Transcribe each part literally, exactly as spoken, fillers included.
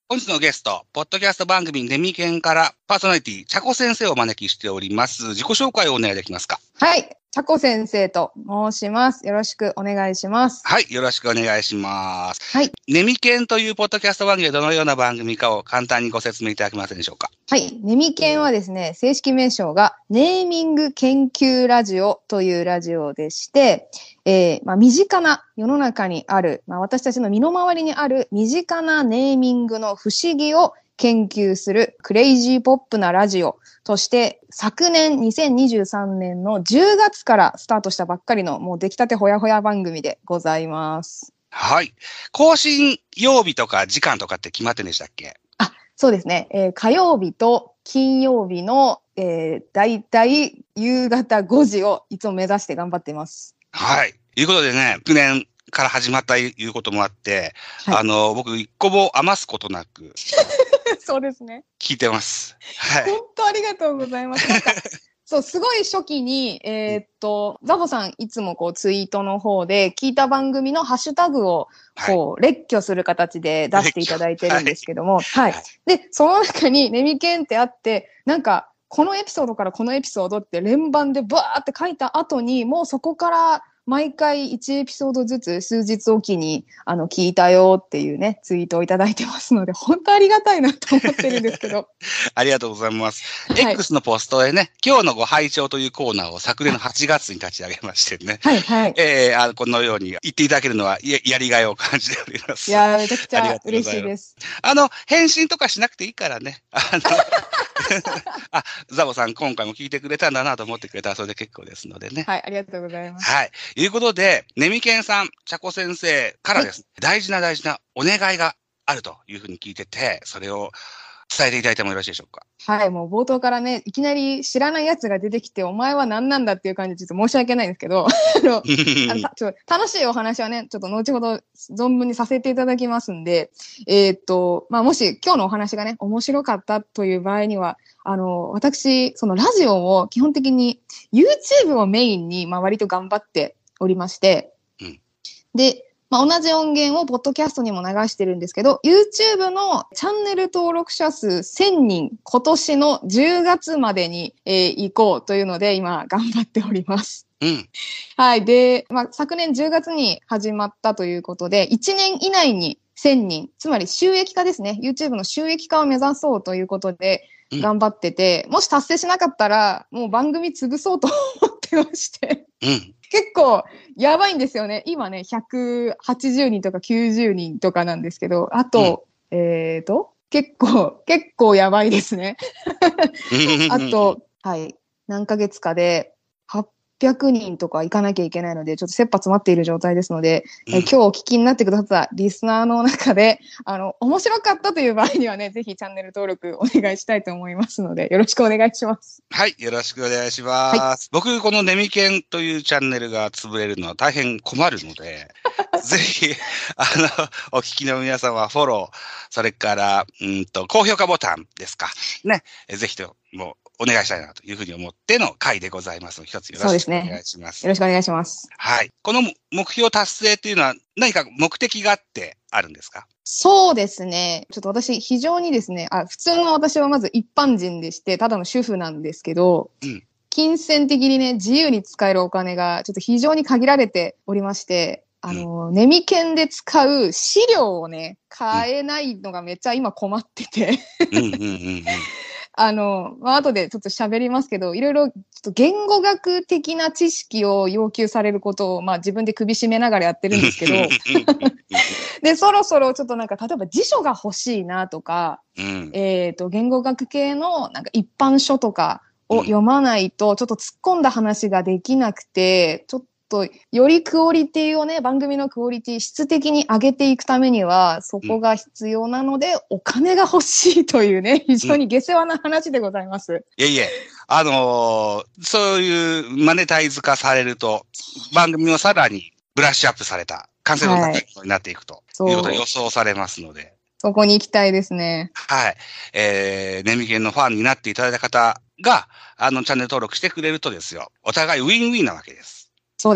本日のゲスト、ポッドキャスト番組ネミケンからパーソナリティ、ちゃこ先生をお招きしております。自己紹介をお願いできますか？ はい。ちゃこ先生と申します。よろしくお願いします。 はい。よろしくお願いします。 はい。 ネミケンというポッドキャスト番組はどのような番組かを簡単にご説明いただけませんでしょうか？ はい。ネミケンはですね、正式名称がネーミング研究ラジオというラジオでして、えー、まあ、身近な世の中にある、まあ、私たちの身の回りにある身近なネーミングの不思議を研究するクレイジーポップなラジオとして昨年にせんにじゅうさんねんのじゅうがつからスタートしたばっかりのもう出来たてほやほや番組でございます。 はい。更新曜日とか時間とかって決まってんでしたっけ？ あ、そうですね。えー、火曜日と金曜日の、えー、だいたい夕方ごじをいつも目指して頑張っています。 はい。ということでね、去年から始まったいうこともあって、はい、あの、僕一個も余すことなく。 そうですね。 聞いてます。はい。 本当ありがとうございます。なんかそう、すごい初期に、えー、っと、ザボさんいつもこうツイートの方で聞いた番組のハッシュタグをこう、はい、列挙する形で出していただいてるんですけども、はい、はい。で、その中にネミケンってあって、なんか、このエピソードからこのエピソードって連番でバーって書いた後に、もうそこから毎回いちエピソードずつ数日おきにあの聞いたよっていうねツイートをいただいてますので本当ありがたいなと思ってるんですけどありがとうございます、はい、X のポストでね今日のご拝聴というコーナーを昨年のはちがつに立ち上げましてねはいはい、 えー、あこのように言っていただけるのは や, やりがいを感じております。 いやめちゃくちゃ嬉しいです。 あの返信とかしなくていいからねあのあ、ザボさん今回も聞いてくれたんだなと思ってくれたらそれで結構ですのでね。 はい、ありがとうございます。 はい。ということで、ネミケンさん、ちゃこ先生からです、はい、大事な大事なお願いがあるというふうに聞いてて、それを伝えていただいてもよろしいでしょうか？ はい、もう冒頭からね、いきなり知らないやつが出てきて、お前は何なんだっていう感じでちょっと申し訳ないんですけど、あのあのちょ楽しいお話はね、ちょっと後ほど存分にさせていただきますんで、えー、っと、まあ、もし今日のお話がね、面白かったという場合には、あの、私、そのラジオを基本的に YouTube をメインに、まあ、割と頑張っておりまして、うん、で、まあ、同じ音源をポッドキャストにも流してるんですけど、YouTube のチャンネル登録者数せんにん、今年のじゅうがつまでに、えー、行こうというので、今頑張っております。 うん。 はい。で、まあ、昨年じゅうがつに始まったということで、いちねん以内にせんにん、つまり収益化ですね。YouTube の収益化を目指そうということで、頑張ってて、うん、もし達成しなかったら、もう番組潰そうと思ってまして。 うん結構やばいんですよね。今ね、ひゃくはちじゅうにんとかきゅうじゅうにんとかなんですけど、あと、うん、えっと、結構、結構やばいですね。あと、はい、何ヶ月かではっぴゃくにんとか行かなきゃいけないので、ちょっと切羽詰まっている状態ですので、うん、え今日お聞きになってくださったリスナーの中で、あの、面白かったという場合にはね、ぜひチャンネル登録お願いしたいと思いますので、よろしくお願いします。 はい、よろしくお願いします。はい、僕、このネミケンというチャンネルが潰れるのは大変困るので、ぜひ、あの、お聞きの皆様はフォロー、それから、うんと、高評価ボタンですか。ね、ぜひともお願いしたいなというふうに思っての回でございますので、一つよろしくお願いします。 そうですね。よろしくお願いします。 はい。この目標達成っていうのは何か目的があってあるんですか？ そうですね。ちょっと私、非常にですね、あ、普通の私はまず一般人でして、ただの主婦なんですけど、うん、金銭的にね、自由に使えるお金がちょっと非常に限られておりまして、あの、うん、ネミケンで使う資料をね、買えないのがめっちゃ今困ってて。うんうんうんうんあの、まあ、後でちょっと喋りますけど、いろいろちょっと言語学的な知識を要求されることを、まあ自分で首絞めながらやってるんですけど、で、そろそろちょっとなんか、例えば辞書が欲しいなとか、うん、えっと、言語学系のなんか一般書とかを読まないと、ちょっと突っ込んだ話ができなくて、ちょっととよりクオリティをね、番組のクオリティ質的に上げていくためにはそこが必要なので、うん、お金が欲しいというね非常に下世話な話でございます、うん、 いえいえあのー、そういうマネタイズ化されると番組をさらにブラッシュアップされた完成度の高いものになっていくということが予想されますので、はい、 そこに行きたいですね。 はい。えー、ネミケンのファンになっていただいた方があのチャンネル登録してくれるとですよ、お互いウィンウィンなわけです。 そうです。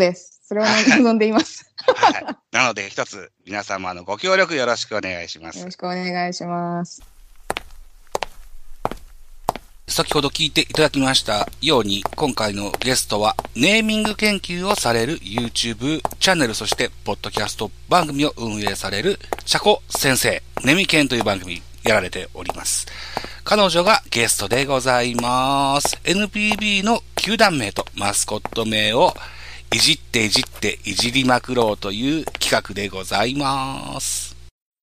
それを望んでいます。 はい。なので、一つ、皆様のご協力よろしくお願いします。 よろしくお願いします。 先ほど聞いていただきましたように、今回のゲストは、ネーミング研究をされる YouTube チャンネル、そして、ポッドキャスト番組を運営される、ちゃこ先生、ネミケンという番組やられております。彼女がゲストでございます。エヌピービー の球団名とマスコット名をいじっていじっていじりまくろうという企画でございます。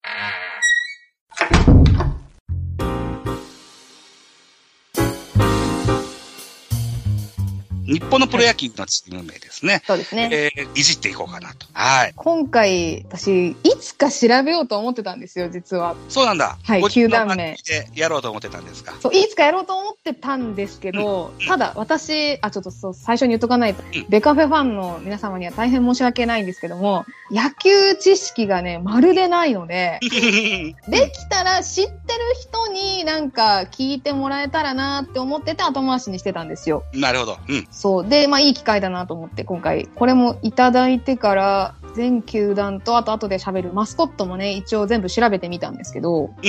日本のプロ野球のチーム名ですね。 そうですね。 えー、いじっていこうかなと。はい。 今回、私、いつか調べようと思ってたんですよ、実は。 そうなんだ。 はい、球団名。 でやろうと思ってたんですか。 そう、いつかやろうと思ってたんですけど、うん、ただ、私、あ、ちょっとそう、最初に言っとかないと、うん、ベカフェファンの皆様には大変申し訳ないんですけども、野球知識がね、まるでないので、できたら知ってる人になんか聞いてもらえたらなって思ってて後回しにしてたんですよ。 なるほど。うん。 そう。で、まあいい機会だなと思って今回、これもいただいてから、全球団とあと後で喋るマスコットもね、一応全部調べてみたんですけど、 うんうんうん、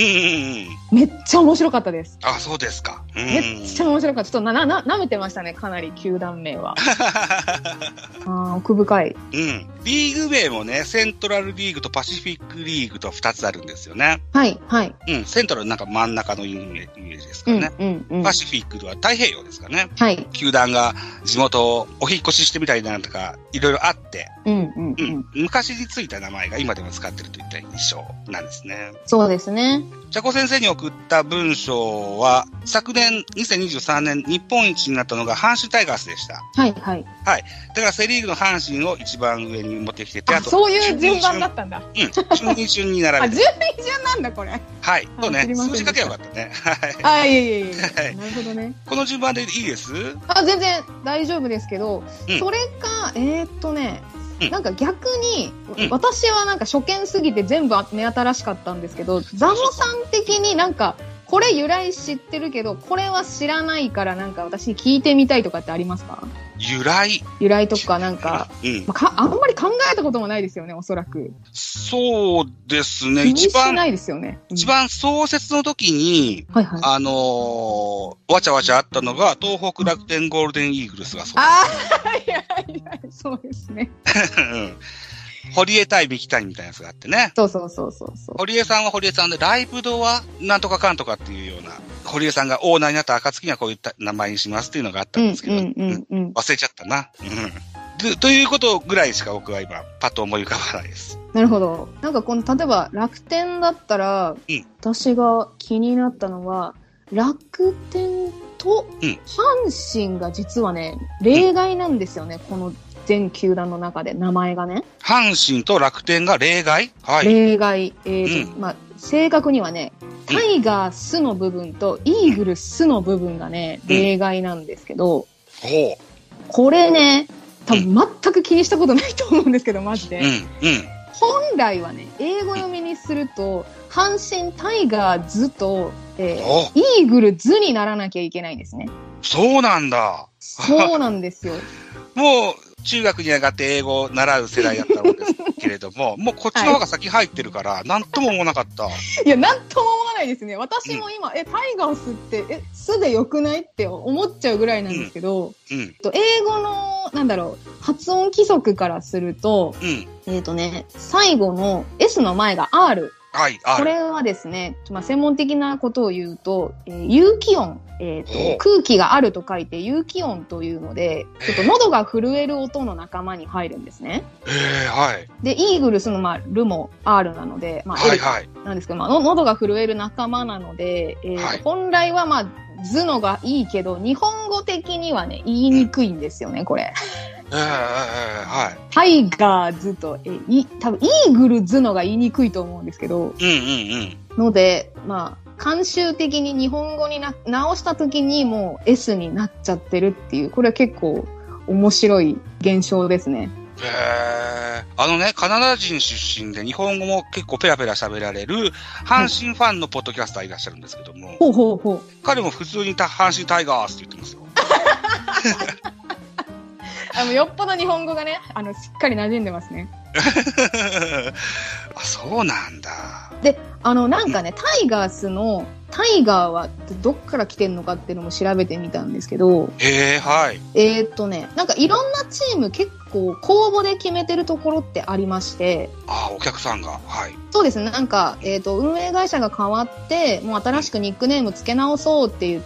めっちゃ面白かったです。 あ、そうですか。 うん、めっちゃ面白かった。ちょっとな、な、舐めてましたね、かなり球団名は。あ、奥深い。 うん。リーグ名もね、セントラルリーグとパシフィックリーグとふたつあるんですよね。 はい、はい。 うん、セントラルなんか真ん中のイメージですかね。うんうんうん、パシフィックは太平洋ですかね。 はい。 球団が地元をお引っ越ししてみたりなんとか、いろいろあって、 うんうんうん。うん、 昔についた名前が今でも使ってるといった印象なんですね。 そうですね。 ちゃこ先生に送った文章は、昨年にせんにじゅうさんねん日本一になったのが阪神タイガースでした。 はいはい。 はい。だからセリーグの阪神を一番上に持ってきてて、 あとそういう順番だったんだ。 うん。順位順に並べて。 あ、順位順なんだこれ。 はい。そうね。数字書けばよかったね。 はい。あ、いえいえいえ。はい、なるほどね。 この順番でいいです？ あ、全然大丈夫ですけど、うん、それか、えー、っとね、なんか逆に、うん、私はなんか初見すぎて全部目新しかったんですけど、ザボさん的になんか、これ由来知ってるけど、これは知らないからなんか私に聞いてみたいとかってありますか？ 由来由来とかなんか、うんまあ、か、あんまり考えたこともないですよね、おそらく。 そうですね。 一番、ないですよね。 うん、一番創設の時に、はいはい、あのー、わちゃわちゃあったのが、東北楽天ゴールデンイーグルスがそうです。 ああ、いやいや、そうですね。 うん堀江対三木谷みたいなやつがあってね。 そうそうそうそうそう。 堀江さんは堀江さんで、ライブドアなんとかかんとかっていうような、堀江さんがオーナーになった暁にはこういった名前にしますっていうのがあったんですけど、うんうんうんうん、忘れちゃったな。うん、ということぐらいしか僕は今、パッと思い浮かばないです。 なるほど。なんかこの、例えば楽天だったら、うん、私が気になったのは、楽天と阪神が実はね、例外なんですよね、うん、この全球団の中で名前がね。 阪神と楽天が例外？はい。 例外。えーと、うん、まあ、正確にはね、タイガースの部分とイーグルスの部分がね、うん、例外なんですけど、 うん、 これね、多分全く気にしたことないと思うんですけど、マジで。 うん。うん。 本来はね、英語読みにすると、阪神タイガーズと、えー、イーグルズにならなきゃいけないんですね。 そうなんだ。 そうなんですよ。 もう、中学に上がって英語を習う世代だったのですけれども、もうこっちの方が先入ってるから、なんとも思わなかった。 いや、なんとも思わないですね。私も今、うん、え、タイガースって、え、スで良くないって思っちゃうぐらいなんですけど、うんうん、英語の、なんだろう、発音規則からすると、うん、えっとね、最後の S の前が R。 はい、 これはですね、まあ、専門的なことを言うと、えー、有機音、えーと、空気があると書いて有機音というので、ちょっと喉が震える音の仲間に入るんですね。 えー、はい。 で、イーグルスの、まあ、ルも R なので、まあ、L なんですけど、はいはい、まあ、喉が震える仲間なので、えーはい、本来はまあ、ズのがいいけど、日本語的にはね、言いにくいんですよね、これ。 えー、はい。 タイガーズと、え、い、多分イーグルズのが言いにくいと思うんですけど。 うんうんうん。 ので、まあ、慣習的に日本語にな、直した時にもう S になっちゃってるっていう、これは結構面白い現象ですね。 へー。あのね、カナダ人出身で日本語も結構ペラペラ喋られる阪神ファンのポッドキャスターいらっしゃるんですけども。 ほうほうほう。 彼も普通に阪神タイガースって言ってますよ。 あのよっぽど日本語がね、あのしっかり馴染んでますね。 あ、そうなんだ。 で、あのなんかね、タイガースのタイガーはどっから来てんのかっていうのも調べてみたんですけど、 へえ、はい。 えーっとね、なんかいろんなチーム結構公募で決めてるところってありまして、 あ、お客さんが、はい。 そうですね、なんか、えーっと、運営会社が変わって、もう新しくニックネーム付け直そうって言って、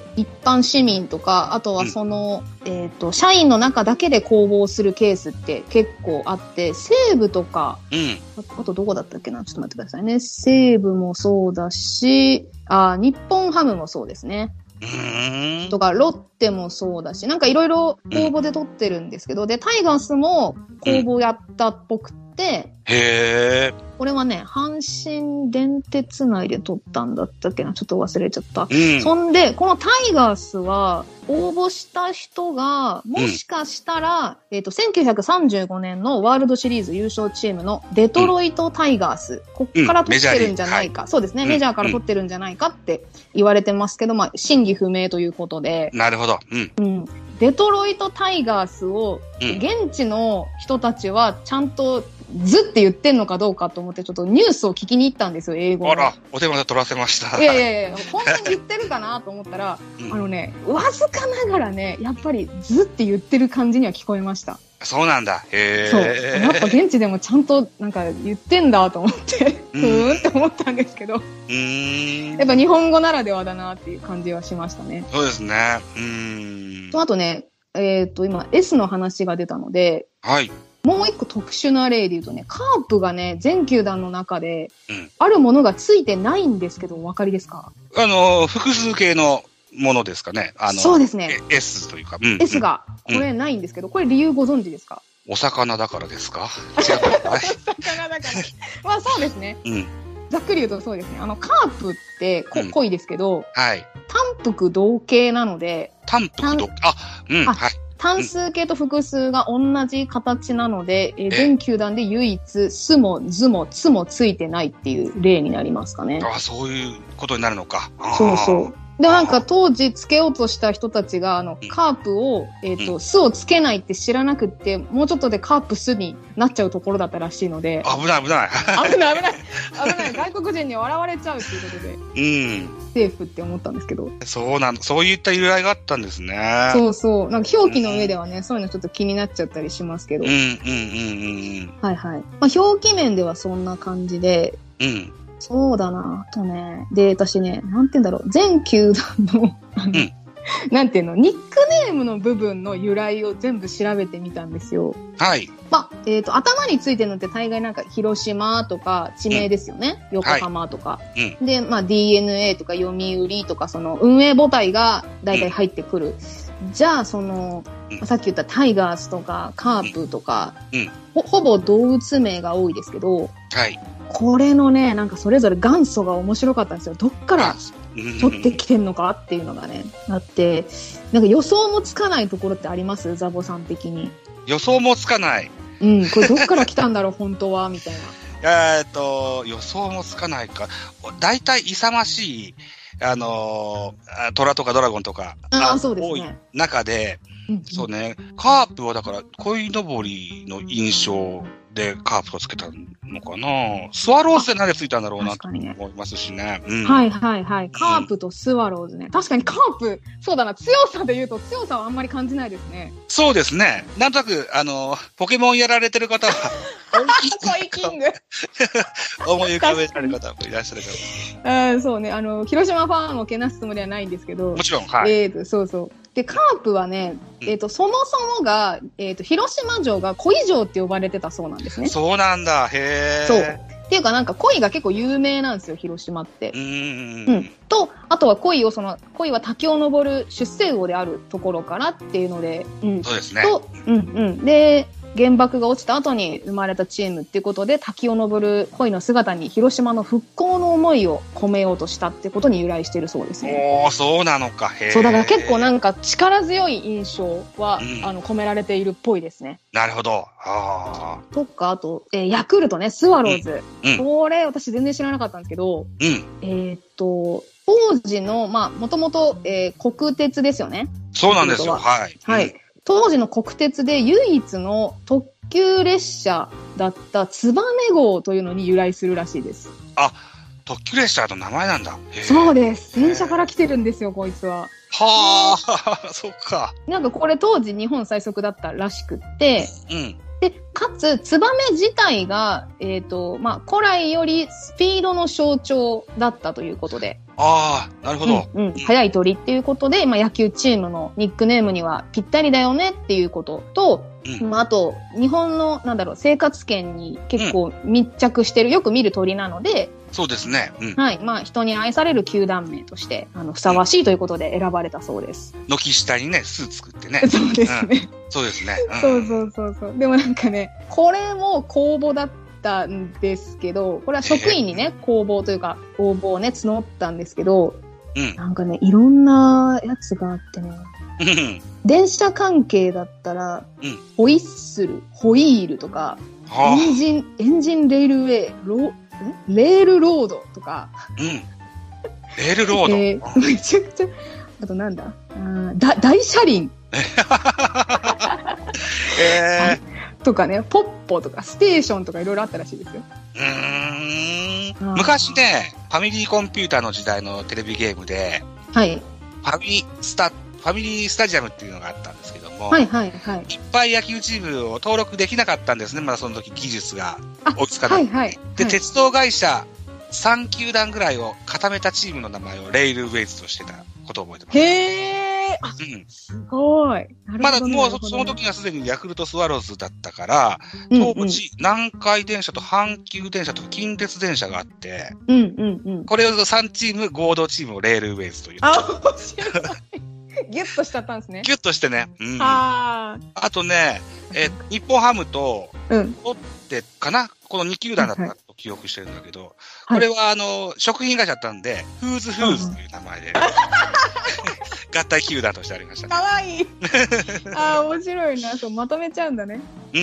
一般市民とか、あとはその、うん、えーっと、社員の中だけで公募するケースって結構あって、西武とか、うん、あ, あとどこだったっけな、ちょっと待ってくださいね。西武もそうだし、あ、日本ハムもそうですね。 うーんとか、ロッテもそうだし、なんかいろいろ公募で取ってるんですけど、うん、で、タイガースも公募やったっぽくて、 うん、へー。 これはね、阪神電鉄内で取ったんだったっけな、ちょっと忘れちゃった。 うん、 そんで、このタイガースは、応募した人が、もしかしたら、うん、えっと、せんきゅうひゃくさんじゅうごねんのワールドシリーズ優勝チームのデトロイトタイガース、うん、こっから取ってるんじゃないか、うん、そうですね、うん、メジャーから取ってるんじゃないかって言われてますけど、まあ、真偽不明ということで。 なるほど。うん。 うん。デトロイトタイガースを、現地の人たちはちゃんとずって言ってんのかどうかと思って、ちょっとニュースを聞きに行ったんですよ、英語の。 あら、お手間取らせました。 いやいやいや、こんなに言ってるかなと思ったら、うん、あのね、わずかながらね、やっぱりずって言ってる感じには聞こえました。 そうなんだ。へそう。やっぱ現地でもちゃんとなんか言ってんだと思って、ふーんって思ったんですけど、うーん、 やっぱ日本語ならではだなっていう感じはしましたね。 そうですね。うーん。 と、あとね、えっと、今 S の話が出たので、 はい。 もう一個特殊な例で言うとね、カープがね、全球団の中で、あるものがついてないんですけど、お分かりですか？ あの、複数形のものですかね。あの、 そうですね。 S というか。うん、 S が、これないんですけど、これ理由ご存知ですか？ お魚だからですか？違う。 お魚だから。まあそうですね。うん。ざっくり言うとそうですね。あの、カープってこ、うん、濃いですけど、 はい。 単複同形なので、 単複同、あ、うん、はい。 単数形と複数が同じ形なので、うん、え全球団で唯一、すも図もつもついてないっていう例になりますかね。 ああ、そういうことになるのか。 そうそう。で、なんか当時つけようとした人たちが、あの、カープを、えっと、巣をつけないって知らなくって、もうちょっとでカープ巣になっちゃうところだったらしいので。 危ない危ない。 危ない危ない。危ない。外国人に笑われちゃうっていうことで。うん。セーフって思ったんですけど。 そうなんだ。そういった由来があったんですね。 そうそう。なんか表記の上ではね、うん、そういうのちょっと気になっちゃったりしますけど。 うんうんうんうんうん。 はいはい。まあ、表記面ではそんな感じで。 うん。 そうだなあとね。で、私ね、なんて言うんだろう。全球団の、あの、うん、なんていうの、ニックネームの部分の由来を全部調べてみたんですよ。 はい。 まあ、えっと、頭についてるのって大概なんか、広島とか地名ですよね。うん、横浜とか。はい、で、まあ、ディーエヌエー とか読売とか、その、運営母体が大体入ってくる。うん、じゃあ、その、うん、さっき言ったタイガースとか、カープとか、うん、ほ、ほぼ動物名が多いですけど、 はい。 これのね、なんかそれぞれ元祖が面白かったんですよ。どっから取ってきてんのかっていうのがね、あって、なんか予想もつかないところってあります？ザボさん的に。 予想もつかない。 うん、これどっから来たんだろう、本当は、みたいな。えっと、予想もつかないか。大体勇ましい、あのー、トラとかドラゴンとか、 ああ、そうですね。 多い中で、うんうん、そうね、カープはだから、鯉のぼりの印象でカープとつけたのかな。スワローズで何でついたんだろうなと思いますしね。うん、 はいはいはい。カープとスワローズね。確かにカープ、そうだな、強さで言うと強さはあんまり感じないですね。 そうですね。なんとなく、あの、ポケモンやられてる方は、 コイキング思い浮かべられる方もいらっしゃるから。あそうね。あの、広島ファンをけなすつもりはないんですけど。 もちろん、はい。 えーと、そうそう。で、カープはね、えっと、そもそもが、えっと、広島城が鯉城って呼ばれてたそうなんですね。 そうなんだ、へー。 そう。っていうかなんか鯉が結構有名なんですよ、広島って。 うーん。 うん。と、あとは鯉をその、鯉は滝を登る出世魚であるところからっていうので、うん。 そうですね。 と、うんうん。で、原爆が落ちた後に生まれたチームっていうことで、滝を登る鯉の姿に広島の復興の思いを込めようとしたってことに由来しているそうですね。 おー、そうなのか。へー。 そう、だから結構なんか力強い印象は、うん、あの、込められているっぽいですね。 なるほど。あー。とか、あと、えー、ヤクルトね、スワローズ。うんうん、これ、私全然知らなかったんですけど、 うん、 えー、っと、当時の、まあ、もともと、えー、国鉄ですよね。 そうなんですよ。はい。 はい。 当時の国鉄で唯一の特急列車だったつばめ号というのに由来するらしいです。 あ、特急列車の名前なんだ。 そうです。電車から来てるんですよ、こいつは。 はあ、そっか。 なんかこれ当時日本最速だったらしくって、 うん。 で、かつ、ツバメ自体が、えっと、まあ、古来よりスピードの象徴だったということで。 ああ、なるほど。 うん、うん。速い鳥っていうことで、まあ、野球チームのニックネームにはぴったりだよねっていうことと、うん、まあ、あと、日本の、なんだろう、生活圏に結構密着してる、よく見る鳥なので、 そうですね。うん、 はい。まあ、人に愛される球団名として、あの、ふさわしいということで選ばれたそうです。 軒下にね、巣作ってね。 そうですね。 うん、そうですね、 うん。そうそうそうそう。でもなんかね、これも公募だったんですけど、これは職員にね、公募というか、応募をね、募ったんですけど、うん、なんかね、いろんなやつがあってね、電車関係だったら、うん、ホイッスル、ホイールとか、エンジン、エンジンレールウェイ、ロレールロードとか。 うん。レールロード、 えー、めちゃくちゃ、あとなんだあだ大車輪。えー、とかね、ポッポとか、ステーションとかいろいろあったらしいですよ。 うーん。昔ね、ファミリーコンピューターの時代のテレビゲームで、 はい。 ファミリースタ、ファミリースタジアムっていうのがあったんですけども、 はいはいはい。 いっぱい野球チームを登録できなかったんですね。まだその時技術が追いつかない。はいはい。で、はい、鉄道会社さん球団ぐらいを固めたチームの名前をレイルウェイズとしてたことを覚えてます。 へー。あ、うん、すごい。 まだもうその時がすでにヤクルトスワローズだったから、当時、南海電車と阪急電車と近鉄電車があって、 うんうんうん、 これをさんチーム合同チームをレールウェイズという。 あ、面白い。ギュッとしちゃったんですね。 ギュッとしてね。うん、 ああとね、えー、日本ハムとロッテかな、このに球団だったと記憶してるんだけど、はい、これはあの食品会社だったんで、フーズフーズという名前で、合体球団としてありましたね。 かわいい。ああ、面白いな。そう、まとめちゃうんだね。 うん、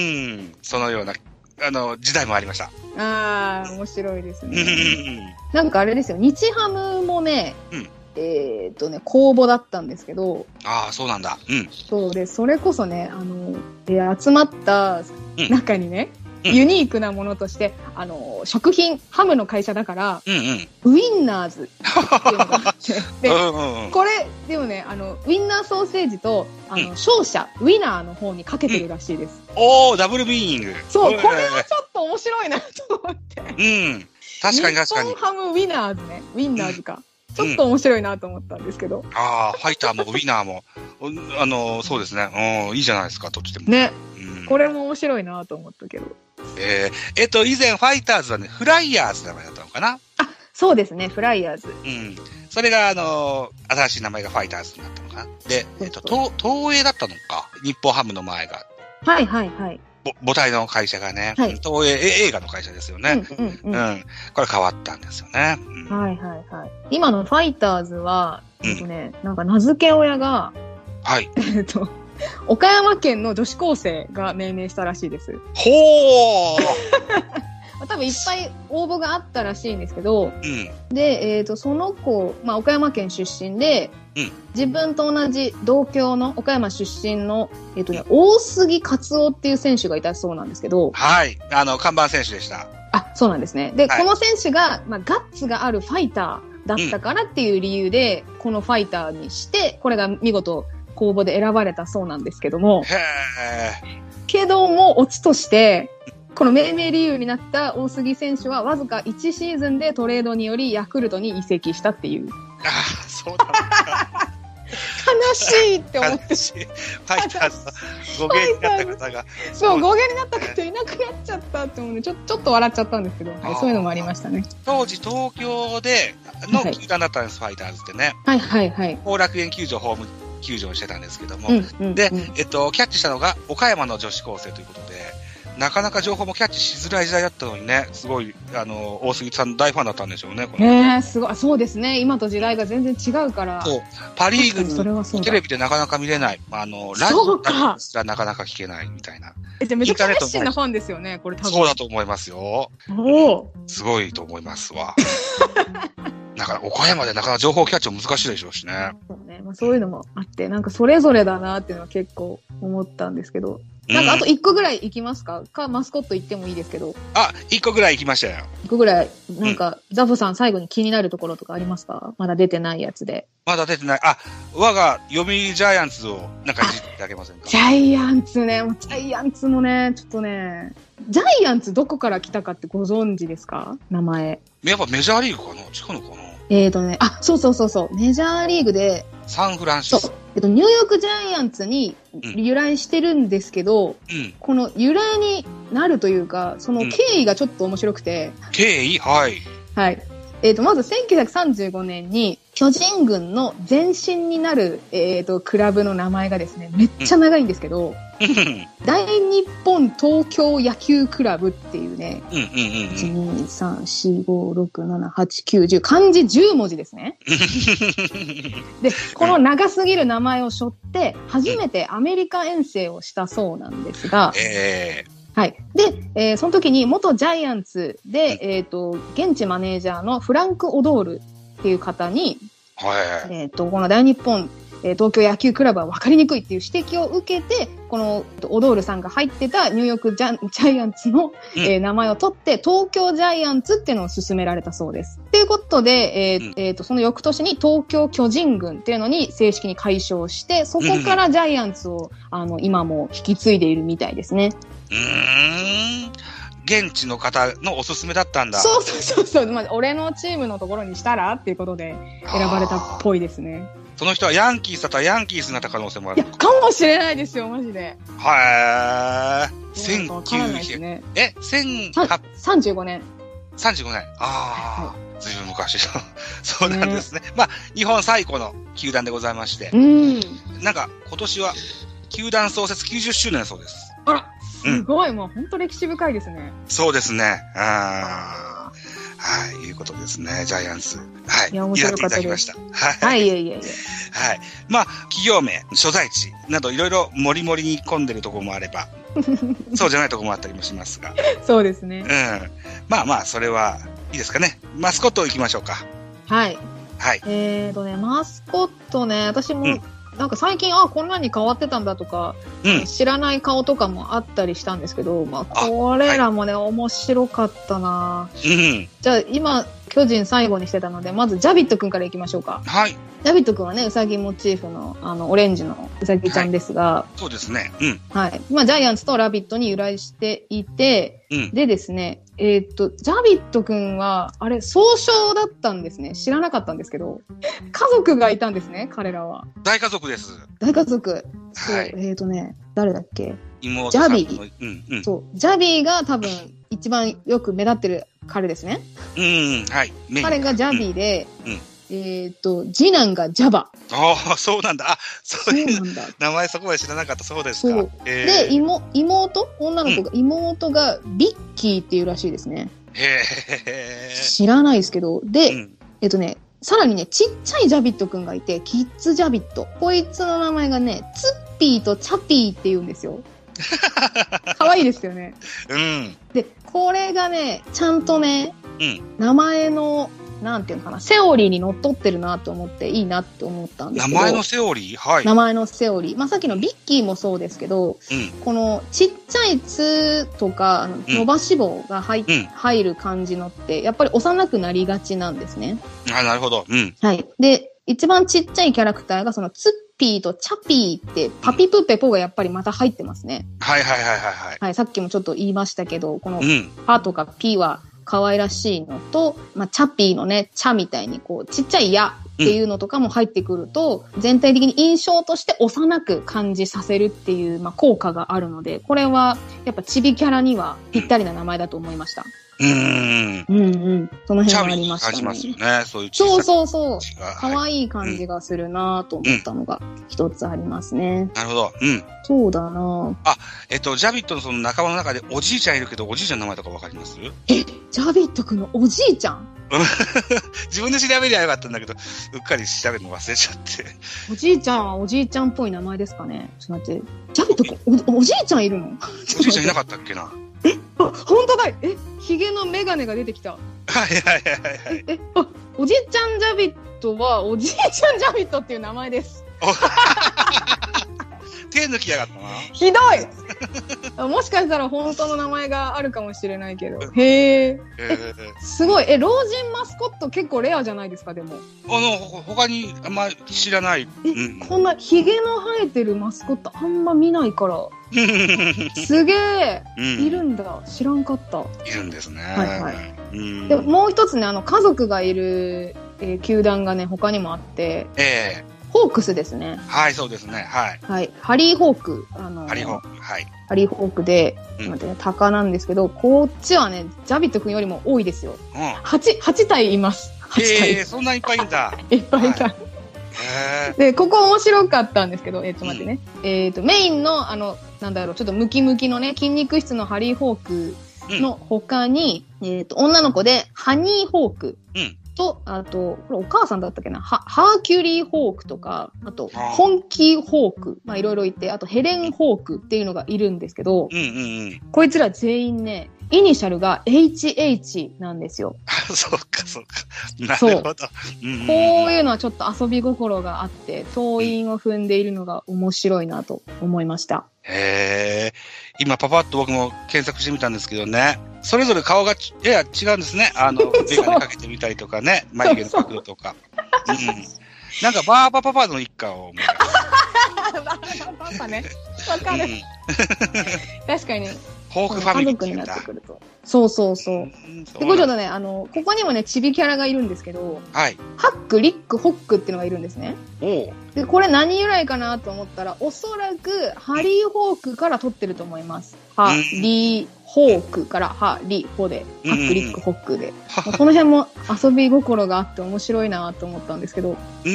そのようなあの時代もありました。 ああ、面白いですね。なんかあれですよ、日ハムもね、うん、えっとね、公募だったんですけど。 ああ、そうなんだ。うん。 そうで、それこそね、あの、えー、集まった中にね、うん、ユニークなものとして、あの、食品、ハムの会社だから、うんうん、ウィンナーズっていうのがあって、で、うんうんうん、これ、でもね、あの、ウィンナーソーセージと、あの、うん、勝者、ウィナーの方にかけてるらしいです。 うん、おー、ダブルミーニング。 そう、これはちょっと面白いなと思って。 うん。確かに確かに。 日本ハムウィナーズね。ウィンナーズか。うん、ちょっと面白いなと思ったんですけど。うん、 ああ、ファイターもウィナーも、あの、そうですね。うん、いいじゃないですか、どっちでも。 ね。うん、これも面白いなと思ったけど。 えー、えっと、以前ファイターズはね、フライヤーズの名前だったのかな？ あ、そうですね、フライヤーズ。 うん。それが、あの、新しい名前がファイターズになったのかな。で、えっと、東、東映だったのか。日本ハムの前が。 はいはいはい。 母体の会社がね、はい、東映、映画の会社ですよね。うん、うんうんうん、これ変わったんですよね。 うん、はいはいはい。今のファイターズは、えっとね、うん、なんか名付け親が、 はい。 えっと、岡山県の女子高生が命名したらしいです。 ほー多分いっぱい応募があったらしいんですけど、うん、で、えっと、その子、まあ、岡山県出身で、うん、自分と同じ同郷の岡山出身の、えっとね、大杉勝夫っていう選手がいたそうなんですけど。 はい。あの、看板選手でした。 あ、そうなんですね。で、はい、この選手が、まあ、ガッツがあるファイターだったからっていう理由で、うん、このファイターにして、これが見事公募で選ばれたそうなんですけども。 へー。 けども、オチとして、この命名理由になった大杉選手はわずかいちシーズンでトレードによりヤクルトに移籍したっていう。 ああ、そうなんだ。 悲しいって思って。 悲しい。ファイターズの語源になった方が。 そう、語源になった方いなくなっちゃったって思うので、ちょ、ちょっと笑っちゃったんですけど、はい、そういうのもありましたね。 当時東京での球団だったんです、はい、ファイターズってね。 はいはいはい。 後楽園球場ホーム球場にしてたんですけども。うんうんうん、で、えっと、キャッチしたのが岡山の女子高生ということで、なかなか情報もキャッチしづらい時代だったのにね、すごい、あの、大杉さんの大ファンだったんでしょうね、これ。 ねえ、すごい。そうですね。今と時代が全然違うから。 そう。パリーグのテレビでなかなか見れない。あの、ラジオですらなかなか聞けないみたいな。 え、じゃあめちゃくちゃ熱心なファンですよね、これ多分。 そうだと思いますよ。 おお。 すごいと思いますわ。 だから岡山でなかなか情報キャッチも難しいでしょうしね。 そうね。まあそういうのもあって、なんかそれぞれだなっていうのは結構思ったんですけど。なんかあといっこぐらい行きますか、うん、か、マスコット行ってもいいですけど。 あ、いっこぐらい行きましたよ。 いっこぐらい。なんか、うん、ザフさん最後に気になるところとかありますか？まだ出てないやつで。 まだ出てない。あ、我が読売ジャイアンツをなんかいじってあげませんか？ ジャイアンツね。もうジャイアンツもね、ちょっとね、ジャイアンツどこから来たかってご存知ですか？名前。 やっぱメジャーリーグかな？違うのかな？ えーとね、あ、そうそうそうそう。メジャーリーグで、 サンフランシスコ。 えっと、ニューヨークジャイアンツに由来してるんですけど、うん、この由来になるというか、その経緯がちょっと面白くて。 うん、経緯？はい。 はい。えっと、まずせんきゅうひゃくさんじゅうごねんに巨人軍の前身になる、えっと、クラブの名前がですね、めっちゃ長いんですけど、うん、大日本東京野球クラブっていうね、うんうんうんうん、いち、に、さん、よん、ご、ろく、なな、はち、きゅう、じゅう、漢字じゅうもじですね。で、この長すぎる名前を背負って、初めてアメリカ遠征をしたそうなんですが、えーはい。で、えー、その時に元ジャイアンツで、えっと、現地マネージャーのフランク・オドールっていう方に、はい、えっと、この大日本、えー、東京野球クラブは分かりにくいっていう指摘を受けて、このオドールさんが入ってたニューヨークジャ、ジャイアンツの、うん、えー、名前を取って、東京ジャイアンツっていうのを勧められたそうです。ということで、えーうん、えー、と、その翌年に東京巨人軍っていうのに正式に改称して、そこからジャイアンツを、あの、今も引き継いでいるみたいですね。 うーん。現地の方のおすすめだったんだ。 そうそうそうそう。まあ、俺のチームのところにしたらっていうことで選ばれたっぽいですね。 その人はヤンキースだったらヤンキースになった可能性もある。 いや、かもしれないですよ、マジで。 はー。せんきゅうひゃく、ね、え、せんさんじゅうごねん。 さんじゅうごねん。ああ、ずいぶん昔の。そうなんですね。ね、まあ、日本最古の球団でございまして。うん。なんか、今年は、球団創設きゅうじゅっしゅうねんだそうです。 あら、すごい、うん、もう本当歴史深いですね。 そうですね。あはい、いうことですね、ジャイアンツ。はい。いや、面白かったです。いただきました。 はい。はい、いえいえいえ。 はい。まあ、企業名、所在地などいろいろ盛り盛りに込んでるところもあれば、そうじゃないところもあったりもしますが。 そうですね。 うん。まあまあ、それはいいですかね。マスコット行きましょうか。 はい。 はい。 えーとね、マスコットね、私も、うんなんか最近、あ、こんなに変わってたんだとか、うん、知らない顔とかもあったりしたんですけど、まあ、これらもね、はい、面白かったな、うん、じゃあ、今、巨人最後にしてたので、まず、ジャビット君からいきましょうか。 はい。 ジャビット君はね、ウサギモチーフの、あの、オレンジのウサギちゃんですが、はい、そうですね。うん。 はい。まあ、ジャイアンツとラビットに由来していて、うん、でですね、えー、っと、ジャビット君は、あれ、総称だったんですね。知らなかったんですけど、家族がいたんですね、彼らは。 大家族です。 大家族。そう、はい、えー、っとね、誰だっけ妹ジャビー、うんうん。そう。ジャビーが多分、一番よく目立ってる彼ですね。 うん、はい。 彼がジャビーで、うんうんえっ、ー、と、次男がジャバ。 ああ、そうなんだ。あ、そういう名前そこまで知らなかった。そうですか。そうえー、で、妹、妹女の子が、うん、妹がビッキーっていうらしいですね。 へえ。 知らないですけど。で、うん、えっとね、さらにね、ちっちゃいジャビットくんがいて、キッズジャビット。こいつの名前がね、ツッピーとチャピーって言うんですよ。可愛いですよね。うん。で、これがね、ちゃんとね、うん、名前の、なんていうのかな、セオリーにのっとってるなと思っていいなって思ったんですけど。 名前のセオリーはい。 名前のセオリー。まあ、さっきのビッキーもそうですけど、うん、このちっちゃいつとか、伸ばし棒が入、うん、入る感じのって、やっぱり幼くなりがちなんですね。 あ、なるほど。うん。 はい。で、一番ちっちゃいキャラクターがそのツッピーとチャピーってパピプペポがやっぱりまた入ってますね。 うん、はいはいはいはいはい。 はい、さっきもちょっと言いましたけど、このパとかピーは、可愛らしいのと、まあ、チャピーのね、チャみたいにこう、ちっちゃい矢っていうのとかも入ってくると、うん、全体的に印象として幼く感じさせるっていう、まあ、効果があるので、これはやっぱチビキャラにはぴったりな名前だと思いました。うーん。うんうん。その辺がありましたね。 チャミに感じますよね。そういう小さいそうそうそう。可愛い感じがするなと思ったのが一つありますね。うん、 なるほど。うん。 そうだなあ、えっと、ジャビットのその仲間の中でおじいちゃんいるけど、おじいちゃんの名前とかわかります？ え、ジャビット君のおじいちゃん自分で調べりゃよかったんだけど、うっかり調べるの忘れちゃって。 おじいちゃんはおじいちゃんっぽい名前ですかね。ちょっと待って。ジャビット君、お、おじいちゃんいるの？ おじいちゃんいなかったっけな。 え、あ、本当だ。え、ヒゲのメガネが出てきた。はいはいはいはい。 え、え、あ、 おじちゃんジャビットは、おじいちゃんジャビットっていう名前です。 手抜きやがったな。 ひどいもしかしたら本当の名前があるかもしれないけど。へえ。え、すごい。え、老人マスコット結構レアじゃないですか、でも。 あの、他にあんま知らない。 え、うん、こんなヒゲの生えてるマスコットあんま見ないから。すげえ、うん、いるんだ。知らんかった。 いるんですね。 はいはい。うん、でもう一つね、あの、家族がいる、えー、球団がね、他にもあって、 ええーホークスですね。 はい、そうですね。はい。 はい。ハリーホーク。あのー、 ハリーホーク。はい。 ハリーホークで、うん、待ってね、鷹なんですけど、こっちはね、ジャビット君よりも多いですよ。うん。はち、はち体います。はち体。 えー、そんないっぱいいんだ。 いっぱいいた。はい、で、ここ面白かったんですけど、えー、ちょっと待ってね。うん、えっと、メインの、あの、なんだろう、ちょっとムキムキのね、筋肉質のハリーホークの他に、うん、えっと、女の子で、ハニーホーク。うんと、あと、これお母さんだったっけな、ハハーキュリーホークとか、あと、本気ホーク、まあいろいろいて、あとヘレンホークっていうのがいるんですけど、 うんうんうん、 こいつら全員ね、イニシャルが エイチエイチ なんですよ。 そうか、そうか。なるほど。 うんうんうん、こういうのはちょっと遊び心があって、党員を踏んでいるのが面白いなと思いました。 へえ。今パパッと僕も検索してみたんですけどね。それぞれ顔がやや違うんですね。あの、メガネかけてみたりとかね。眉毛の角度とか。うん。なんかバーバパパの一家を思い出す。 バーバパパね。わかる。うん、確かにね。 ホークファミリーって言うんだ。家族になってくると。そうそうそう。うん、で、これちょっとね、あの、ここにもね、チビキャラがいるんですけど、 はい。 ハック、リック、ホックっていうのがいるんですね。 おで、これ何由来かなと思ったら、おそらく、ハリーホークから取ってると思います。ハリーホークから、ハリーホで、ハック、リック、ホックで。この辺も遊び心があって面白いなと思ったんですけど。 うん。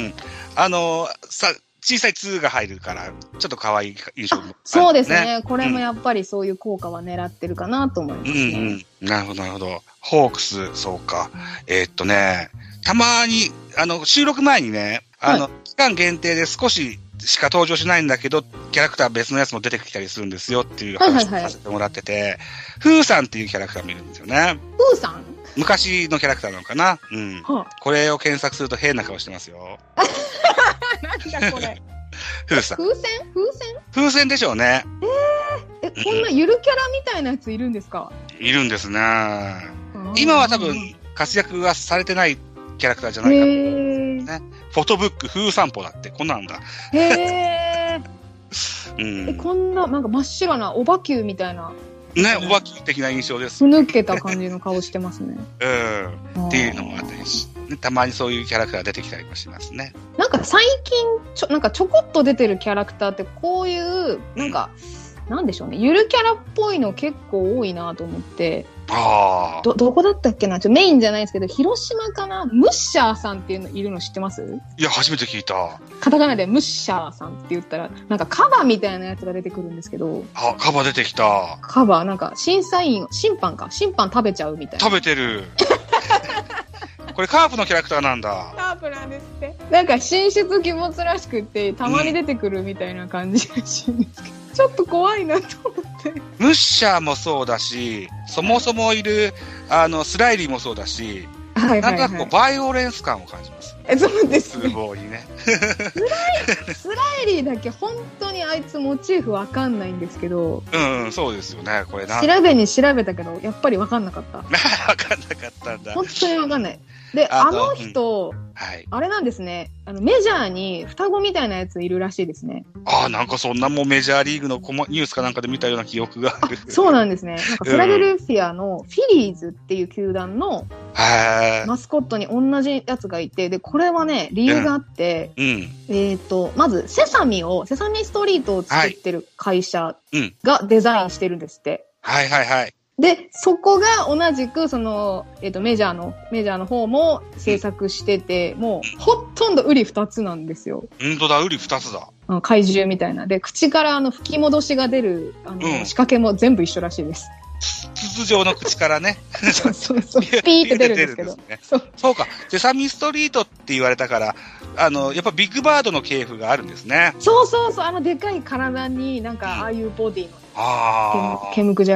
あの、さ、小さいツーが入るから、ちょっと可愛い印象も、ね。 そうですね。これもやっぱりそういう効果は狙ってるかなと思いますね。 うんうん。なるほど、なるほど。ホークス、そうか。えー、っとね、たまに、あの、収録前にね、あの、はい、期間限定で少ししか登場しないんだけど、キャラクター別のやつも出てきたりするんですよっていう話をさせてもらってて、はいはいはい、フーさんっていうキャラクターもいるんですよね。 フーさん？ 昔のキャラクターなのかな。うん。はあ、これを検索すると変な顔してますよ。 なんだこれ。 風船風船風船風船でしょうね。 えー、え、こんなゆるキャラみたいなやついるんですか？ いるんですね。今は多分活躍はされてないキャラクターじゃないかと思うんですね。フォトブック風散歩だってこんなんだ。 へー。うん、え、こんななんか真っ白なオバキューみたいな。 ね、おばき的な印象です。 ふぬけた感じの顔してますね。 うん。っていうのもあったりし、たまにそういうキャラクターが出てきたりもしますね。 なんか最近ちょ、なんかちょこっと出てるキャラクターってこういう、なんか、うん、なんでしょうね。ゆるキャラっぽいの結構多いなと思って。 ああ。 ど、どこだったっけなちょメインじゃないですけど、広島かなムッシャーさんっていうのいるの知ってます？ いや、初めて聞いた。 カタカナでムッシャーさんって言ったら、なんかカバみたいなやつが出てくるんですけど。 あ、カバ出てきた。 カバ、なんか審査員、審判か。審判食べちゃうみたいな。 食べてる。これカープのキャラクターなんだ。 カープなんですって。なんか神出鬼没らしくって、たまに出てくるみたいな感じらしいんですけど。うん、ちょっと怖いなと思って。 ムッシャーもそうだし、そもそもいる、あの、スライリーもそうだし、はいはいはい、なんかこう、バイオレンス感を感じます。 え、そうですね。 すごいね。 スライ、スライリーだけ本当にあいつモチーフわかんないんですけど。 うん、うん、そうですよね。これな。 調べに調べたけど、やっぱりわかんなかった。わかんなかったんだ。 本当にわかんない。で、あ, あの人、うんはい、あれなんですね。あの、メジャーに双子みたいなやついるらしいですね。 ああ、なんかそんなもんメジャーリーグのコマニュースかなんかで見たような記憶がある。 そうなんですね。なんかフィラデルフィアのフィリーズっていう球団のマスコットに同じやつがいて、で、これはね、理由があって、うんうん、えっと、まず、セサミを、セサミストリートを作ってる会社がデザインしてるんですって。 はいはいはい。 で、そこが同じく、その、えっと、メジャーの、メジャーの方も制作してて、うん、もう、ほとんどウリ二つなんですよ。 ほんとだ、ウリ二つだ。 怪獣みたいな。で、口からあの、吹き戻しが出る、あの、うん、仕掛けも全部一緒らしいです。 筒状の口からね。 そうそうそう。ピーって出るんですけど。 ね、そう。そうか。セサミストリートって言われたから、あの、やっぱビッグバードの系譜があるんですね。 そうそうそう。あの、でかい体になんか、ああいうボディの。 ああ。ケムクジャラの。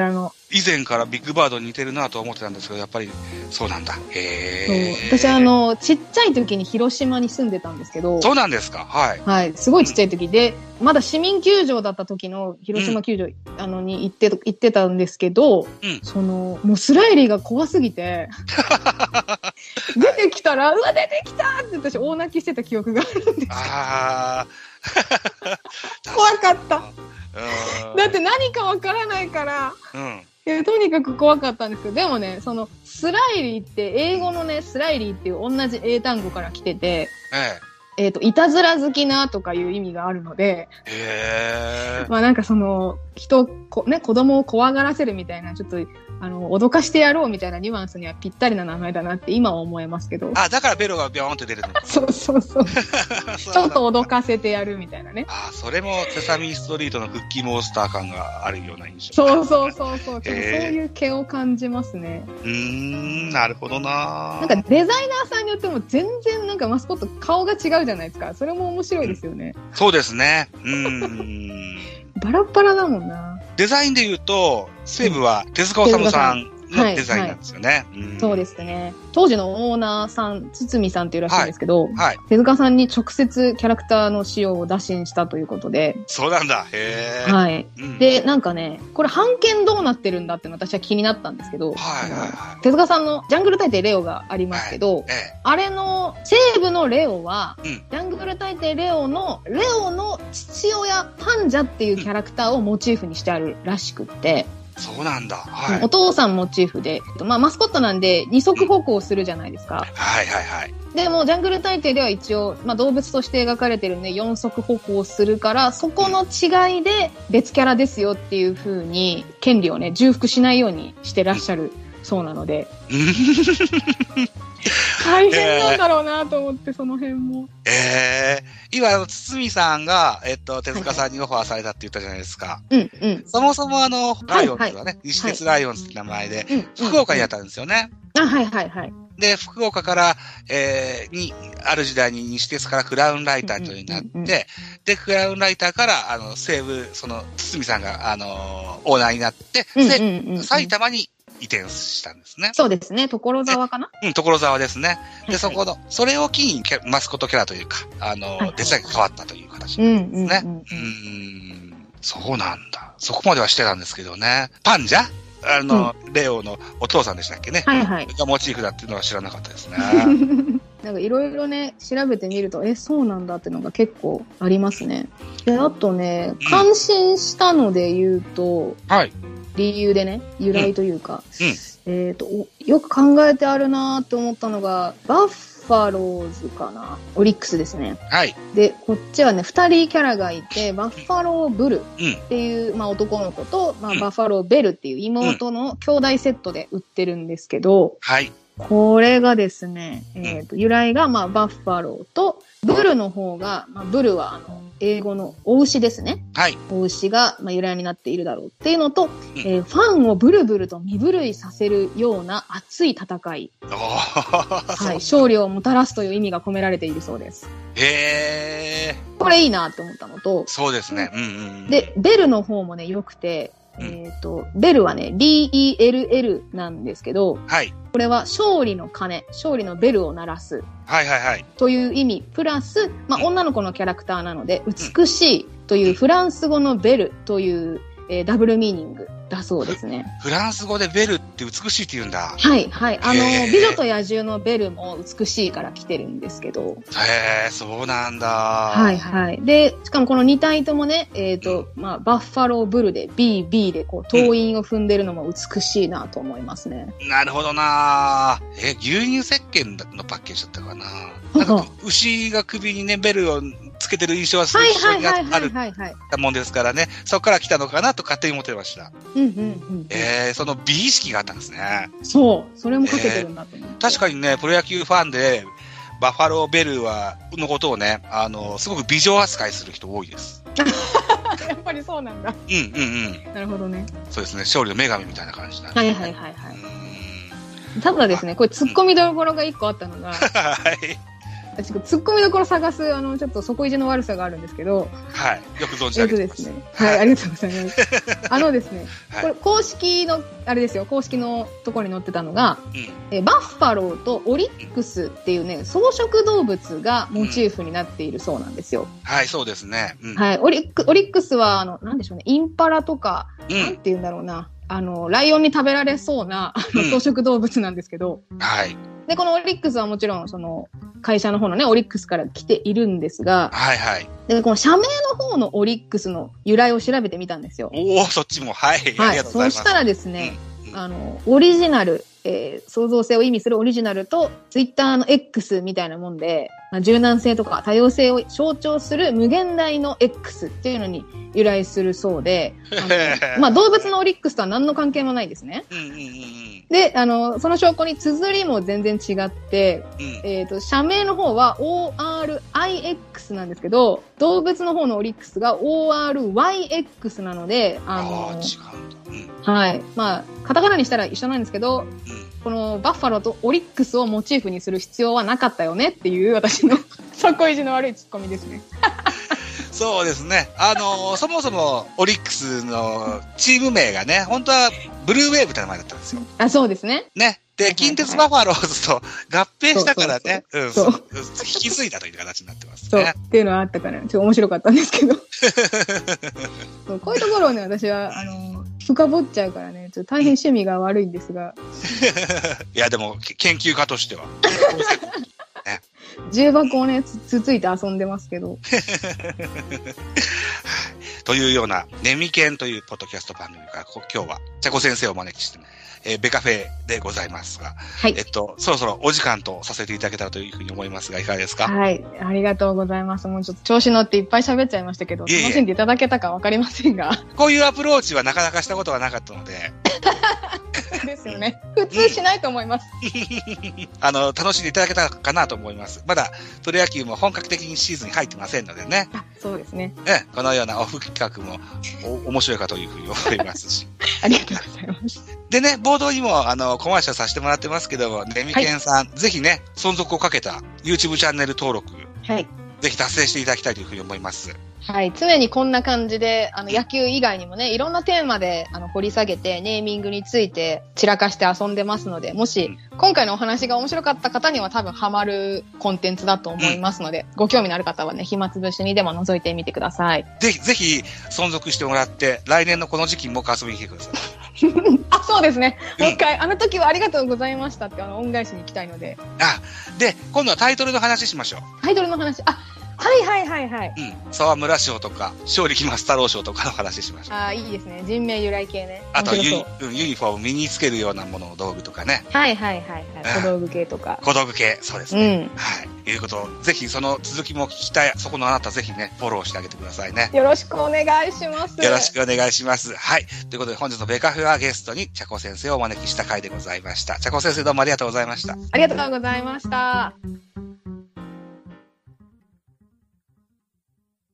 以前からビッグバードに似てるなと思ってたんですけど、やっぱりそうなんだ。へー。私あの、ちっちゃい時に広島に住んでたんですけど。 そうなんですか。はい。 はい。すごいちっちゃい時で、うん、まだ市民球場だった時の広島球場、うん、あのに行って、行ってたんですけど、うん、その、もうスライリーが怖すぎて、出てきたら、うわ、出てきたって私大泣きしてた記憶があるんですよ。あ怖かった。だって何かわからないから、うん、いやとにかく怖かったんですけど、でもね、そのスライリーって英語のね、スライリーっていう同じ英単語から来てて、えええーと、いたずら好きなとかいう意味があるので、へー、まあなんかその人こね子供を怖がらせるみたいなちょっとあの脅かしてやろうみたいなニュアンスにはぴったりな名前だなって今は思えますけど。 あ、だからベロがビョーンって出るの。 そうそうそう。ちょっと脅かせてやるみたいなね。 あ、それもセサミストリートのクッキーモンスター感があるような印象。そうそうそうそう。そういう毛を感じますね。 うーん、なるほどな。 なんかデザイナーさんによっても全然なんかマスコット顔が違うじゃないですか。それも面白いですよね。 うん、そうですね。うーん。 バラバラだもんな。 デザインで言うと、西武は手塚治虫さんのデザインなんですよね。はいはい、 うん、そうですね。当時のオーナーさん、堤さんっていうらしいんですけど、はいはい、手塚さんに直接キャラクターの仕様を打診したということで。 そうなんだ。へー。 はい、うん。で、なんかね、これ版権どうなってるんだって私は気になったんですけど、はいはいはい、手塚さんのジャングル大帝レオがありますけど、はいええ、あれの西部のレオは、うん、ジャングル大帝レオのレオの父親パンジャっていうキャラクターをモチーフにしてあるらしくって、 そうなんだ。はい。 お父さんモチーフで、まあマスコットなんで二足歩行するじゃないですか。 うん、はいはいはい。 でもジャングル大帝では一応、まあ動物として描かれてるんで四足歩行するから、そこの違いで別キャラですよっていう風に権利をね、重複しないようにしてらっしゃるそうなので。大変なんだろうなと思って、その辺も。 ええー、今、堤さんが、えっと、手塚さんにオファーされたって言ったじゃないですか。 うんうん。 そもそもあの、ライオンズはね、はいはい、西鉄ライオンズって名前で、はい、福岡にあったんですよね。 うんうん、あ、はいはいはい。 で、福岡から、えー、に、ある時代に西鉄からクラウンライターというになって、うんうんうん、で、クラウンライターから、あの、西武、その、堤さんが、あの、オーナーになって、うんうんうんうん、埼玉に、移転したんですね。 そうですね。所沢かな？ うん、所沢ですね。で、はいはい、そこの、それを機にマスコットキャラというか、あの、はいはい、デザインが変わったという形なんですね。うん、うんうん、そうなんだ。そこまではしてたんですけどね。パンジャあの、うん、レオのお父さんでしたっけね。 はいはい。 がモチーフだっていうのは知らなかったですね。 なんかいろいろね、調べてみると、え、そうなんだっていうのが結構ありますね。で、あとね、感心したので言うと、うん、はい。理由でね、由来というか、うんうん、えっと、よく考えてあるなと思ったのが、バッファローズかな、オリックスですね。はい。で、こっちはね、二人キャラがいて、バッファローブルっていう、うん、まあ男の子と、まあ、バッファローベルっていう妹の兄弟セットで売ってるんですけど、はい。これがですね、えっと、由来が、まあ、バッファローと、ブルの方が、まあ、ブルは、あの、英語のお牛ですね。はい。お牛が、まあ、由来になっているだろうっていうのと、うん、えー、ファンをブルブルと身震いさせるような熱い戦い。はい。勝利をもたらすという意味が込められているそうです。へー。これいいなって思ったのと。 そうですね。うんうん。 で、ベルの方もね、良くて、うん、えっと、ベルはね、ディーイーエルエル なんですけど、はい。これは勝利の鐘、勝利のベルを鳴らす。はいはいはい。という意味、プラス、まあ、女の子のキャラクターなので、美しいというフランス語のベルという、えー、ダブルミーニングだそうですね。 フランス語でベルって美しいって言うんだ。 はいはい。あの、美女と野獣のベルも美しいから来てるんですけど。 へー、そうなんだ。 はいはい。で、しかもこのに体ともね、えっと、うん、まあ、バッファローブルで ビービー でこう、頭韻を踏んでるのも美しいなと思いますね。 うん、なるほどな。え、牛乳石鹸のパッケージだったかな。なんか、牛が首にね、ベルをつけてる印象はすごいあるもんですからね。そこから来たのかなと勝手に思ってました。うんうんうん、えー、その美意識があったんですね。 そう。それもかけてるんだと思う、えー。 確かにね、プロ野球ファンで、バファローベルは、のことをね、あの、すごく美女扱いする人多いです。 やっぱりそうなんだ。 うんうんうん。 なるほどね。 そうですね。勝利の女神みたいな感じなんで、 ね。はいはいはいはい。ただですね、これ突っ込みどころが一個あったのが、はい。 ツッコミどころ探す、あの、ちょっと底意地の悪さがあるんですけど。 はい。よく存じ上げてます。 えっとですね。はい、ありがとうございます。あのですね、はい、これ公式の、あれですよ、公式のところに載ってたのが、うん、えバッファローとオリックスっていうね、草食動物がモチーフになっているそうなんですよ。うん、 はい、そうですね。 うん、はい。オリック、オリックスは、あの、なんでしょうね、インパラとか、うん、なんて言うんだろうな。あの、ライオンに食べられそうな、あの、草食動物なんですけど、うん、はい。で、このオリックスはもちろん、その、会社の方のね、オリックスから来ているんですが、はいはい。で、この社名の方のオリックスの由来を調べてみたんですよ。 おお、そっちも、はい。はい、ありがとうございます。 そしたらですね、うん、あの、オリジナル、えー、創造性を意味するオリジナルと、ツイッターの X みたいなもんで、まあ、柔軟性とか多様性を象徴する無限大の X っていうのに由来するそうで、あのまあ動物のオリックスとは何の関係もないんですね。うんうんうん、で、あの、その証拠に綴りも全然違って、うん、えっと、社名の方は オーアールアイエックス なんですけど、動物の方のオリックスが オーアールワイエックス なので、あの、 あ違うんだ、うん、はい。まあ、カタカナにしたら一緒なんですけど、うん、このバッファローとオリックスをモチーフにする必要はなかったよねっていう私の底意地の悪いツッコミですね。 そうですね。あのー、そもそもオリックスのチーム名がね、本当はブルーウェーブって名前だったんですよ。 あ、そうですね。 ね。で、近鉄バファローズと合併したからね、うん、そう。引き継いだという形になってますね。 そう。っていうのはあったから、ちょっと面白かったんですけど。そうこういうところをね、私は、あのー、深掘っちゃうからね、ちょっと大変趣味が悪いんですが。 いや、でも、研究家としては。 ね、重箱をね つ, つついて遊んでますけどというようなネミケンというポッドキャスト番組から今日はちゃこ先生をお招きして、えー、ベカフェでございますが、はい、えっとそろそろお時間とさせていただけたらというふうに思いますがいかがですか？ はい、ありがとうございます。もうちょっと調子乗っていっぱい喋っちゃいましたけど、いえいえ楽しんでいただけたかわかりませんが、 こういうアプローチはなかなかしたことがなかったのでですよね。普通しないと思います。 あの、楽しんでいただけたかなと思います。まだ、プロ野球も本格的にシーズンに入ってませんのでね。 あ、そうですね。 え、このようなオフ企画もお面白いかというふうに思いますし。 ありがとうございます。 でね、ボードにも、あの、コマーシャルさせてもらってますけども、ネミケンさん、はい、ぜひね、存続をかけた YouTube チャンネル登録。はい。ぜひ達成していただきたいというふうに思います。 はい。常にこんな感じで、あの、野球以外にもね、いろんなテーマで、あの、掘り下げて、ネーミングについて散らかして遊んでますので、もし、うん、今回のお話が面白かった方には多分ハマるコンテンツだと思いますので、うん、ご興味のある方はね、暇つぶしにでも覗いてみてください。 ぜひ、ぜひ、存続してもらって、来年のこの時期にもう一回遊びに来てください。 あ、そうですね。もう一回、うん、あの時はありがとうございましたって、あの、恩返しに行きたいので。 あ、で、今度はタイトルの話しましょう。 タイトルの話、あ、はいはいはいはい。 うん。沢村賞とか、勝力松太郎賞とかの話しましょう。 ああ、いいですね。人名由来系ね。 あとユニ、うん、ユニフォーム身につけるようなものの道具とかね。 はいはいはいはい。小道具系とか。 小道具系、そうですね。うん、はい。いうことを、ぜひその続きも聞きたい、そこのあなたぜひね、フォローしてあげてくださいね。 よろしくお願いします。 よろしくお願いします。はい。ということで本日のベカフェはゲストに茶子先生をお招きした回でございました。茶子先生どうもありがとうございました。 ありがとうございました。